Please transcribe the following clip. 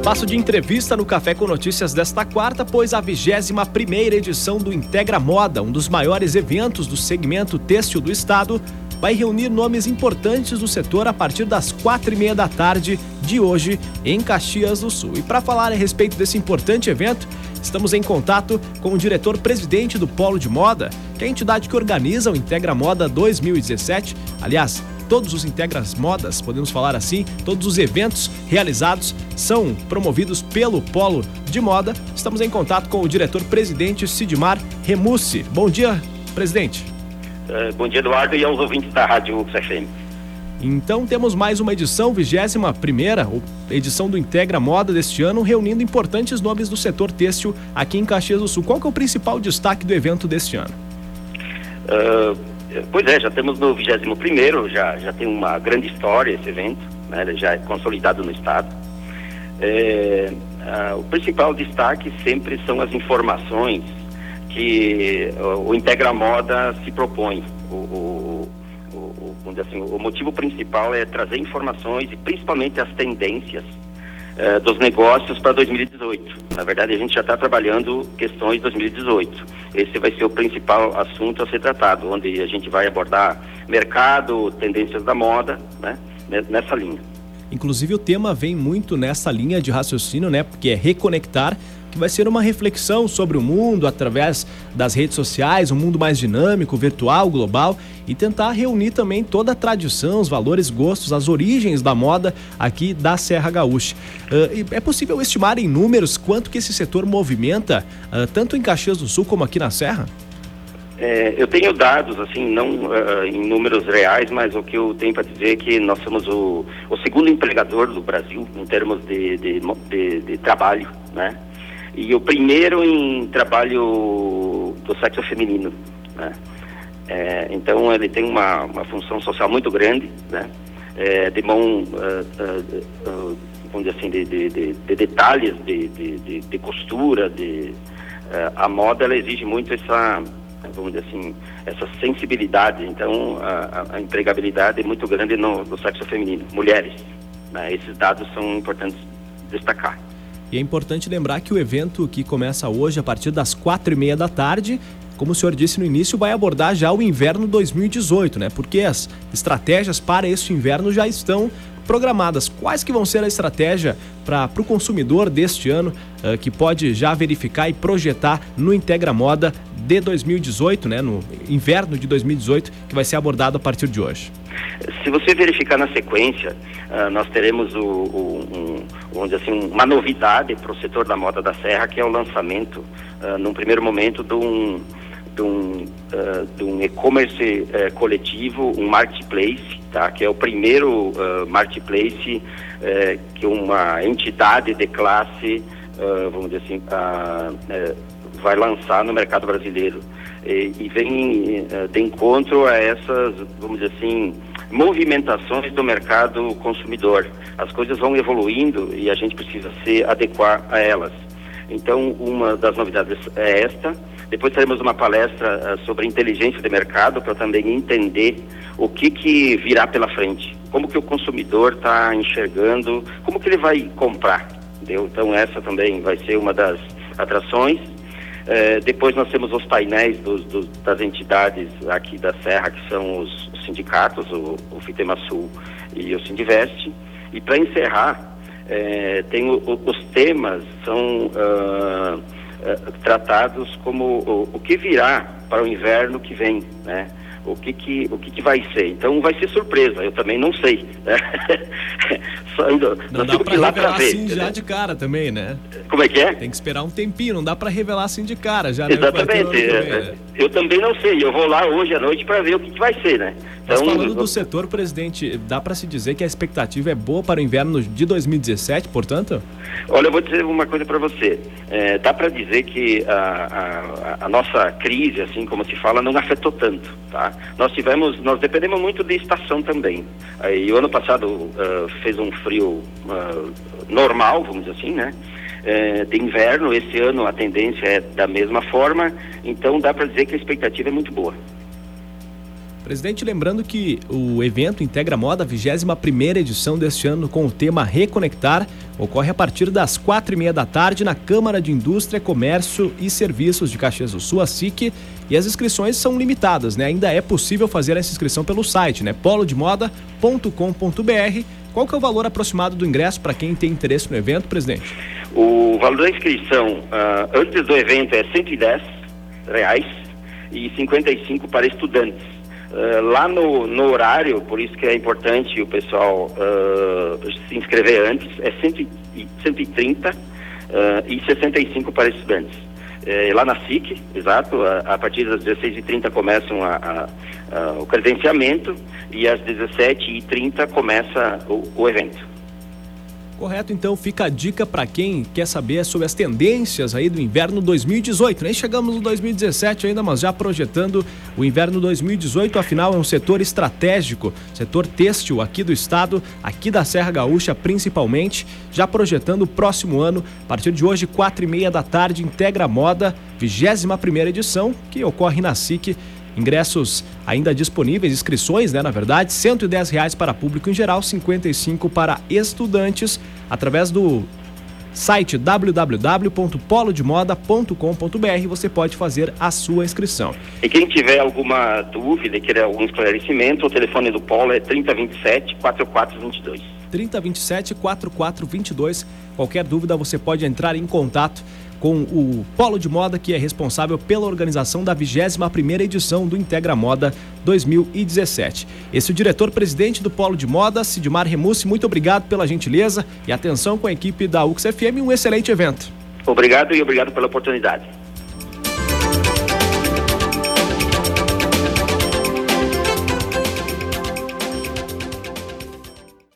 Espaço de entrevista no Café com Notícias desta quarta, pois a 21ª edição do Integra Moda, um dos maiores eventos do segmento têxtil do estado, vai reunir nomes importantes do setor a partir das 4h30 da tarde de hoje em Caxias do Sul. E para falar a respeito desse importante evento, estamos em contato com o diretor-presidente do Polo de Moda, que é a entidade que organiza o Integra Moda 2017. Aliás, todos os Integras Modas, podemos falar assim, todos os eventos realizados são promovidos pelo Polo de Moda. Estamos em contato com o diretor-presidente Sidmar Remussi. Bom dia, presidente. Bom dia, Eduardo, e aos ouvintes da Rádio FM. Então temos mais uma edição, 21ª edição do Integra Moda deste ano, reunindo importantes nomes do setor têxtil aqui em Caxias do Sul. Qual que é o principal destaque do evento deste ano? Pois é, já temos no 21º, já tem uma grande história esse evento, né? Ele já é consolidado no estado. O principal destaque sempre são as informações que o Integra Moda se propõe. Vamos dizer assim, o motivo principal é trazer informações e principalmente as tendências dos negócios para 2018. Na verdade, a gente já está trabalhando questões de 2018. Esse vai ser o principal assunto a ser tratado, onde a gente vai abordar mercado, tendências da moda, né, nessa linha. Inclusive, o tema vem muito nessa linha de raciocínio, né, porque é reconectar, que vai ser uma reflexão sobre o mundo através das redes sociais, um mundo mais dinâmico, virtual, global, e tentar reunir também toda a tradição, os valores, gostos, as origens da moda aqui da Serra Gaúcha. É possível estimar em números quanto que esse setor movimenta, tanto em Caxias do Sul como aqui na Serra? Eu tenho dados, assim, não em números reais, mas o que eu tenho para dizer é que nós somos o segundo empregador do Brasil em termos de trabalho, né? E o primeiro em trabalho do sexo feminino, né? Então ele tem uma função social muito grande, né? De mão, vamos dizer assim, de detalhes, de costura, a moda ela exige muito essa, vamos dizer assim, essa sensibilidade. Então a empregabilidade é muito grande no sexo feminino, mulheres, né? Esses dados são importantes destacar. E é importante lembrar que o evento que começa hoje a partir das 4h30 da tarde, como o senhor disse no início, vai abordar já o inverno 2018, né? Porque as estratégias para este inverno já estão programadas. Quais que vão ser a estratégia para o consumidor deste ano, que pode já verificar e projetar no Integra Moda de 2018, né? No inverno de 2018, que vai ser abordado a partir de hoje? Se você verificar na sequência, nós teremos vamos dizer assim, uma novidade para o setor da moda da Serra, que é o lançamento, num primeiro momento, de um e-commerce coletivo, um marketplace, tá? Que é o primeiro marketplace que uma entidade de classe, vamos dizer assim, vai lançar no mercado brasileiro. E vem de encontro a essas, vamos dizer assim, movimentações do mercado consumidor. As coisas vão evoluindo e a gente precisa se adequar a elas. Então, uma das novidades é esta. Depois teremos uma palestra sobre inteligência de mercado, para também entender o que virá pela frente. Como que o consumidor está enxergando, como que ele vai comprar, entendeu? Então, essa também vai ser uma das atrações. Depois nós temos os painéis das entidades aqui da Serra, que são os sindicatos, o FITEMASUL e o Sindivest. E para encerrar, tem os temas são tratados como o que virá para o inverno que vem, né? O que vai ser. Então vai ser surpresa, eu também não sei, né? Não dá pra revelar assim já de cara também, né? Como é que é? Tem que esperar um tempinho, não dá pra revelar assim de cara já, Exatamente, né? Eu também não sei, eu vou lá hoje à noite para ver o que vai ser, né? Mas falando do setor, presidente, dá para se dizer que a expectativa é boa para o inverno de 2017, portanto? Olha, eu vou dizer uma coisa para você. Dá para dizer que a nossa crise, assim como se fala, não afetou tanto, tá? Nós dependemos muito de estação também. E o ano passado fez um frio normal, vamos dizer assim, né? De inverno. Esse ano a tendência é da mesma forma, então dá para dizer que a expectativa é muito boa. Presidente, lembrando que o evento Integra Moda, a 21ª edição deste ano, com o tema Reconectar, ocorre a partir das 4h30 da tarde na Câmara de Indústria, Comércio e Serviços de Caxias do Sul, a SIC, e as inscrições são limitadas, né? Ainda é possível fazer essa inscrição pelo site, né? polodemoda.com.br. Qual que é o valor aproximado do ingresso para quem tem interesse no evento, presidente? O valor da inscrição antes do evento é R$110 e R$55 para estudantes. Lá no horário, por isso que é importante o pessoal se inscrever antes, é 130 e 65 para estudantes. Lá na SIC, exato, a partir das 16h30 começam o credenciamento e às 17h30 começa o evento. Correto, então fica a dica para quem quer saber sobre as tendências aí do inverno 2018. Nem chegamos no 2017 ainda, mas já projetando o inverno 2018, afinal é um setor estratégico, setor têxtil aqui do estado, aqui da Serra Gaúcha principalmente, já projetando o próximo ano, a partir de hoje, 4h30 da tarde, Integra Moda, 21ª edição, que ocorre na SIC. Ingressos ainda disponíveis, inscrições, né, na verdade, R$110 para público em geral, 55 para estudantes, através do site www.polodemoda.com.br você pode fazer a sua inscrição. E quem tiver alguma dúvida, querer algum esclarecimento, o telefone do Polo é 3027-4422. 3027-4422. Qualquer dúvida você pode entrar em contato com o Polo de Moda, que é responsável pela organização da 21ª edição do Integra Moda 2017. Esse é o diretor-presidente do Polo de Moda, Sidmar Remussi. Muito obrigado pela gentileza e atenção com a equipe da UX FM. Um excelente evento. Obrigado e obrigado pela oportunidade.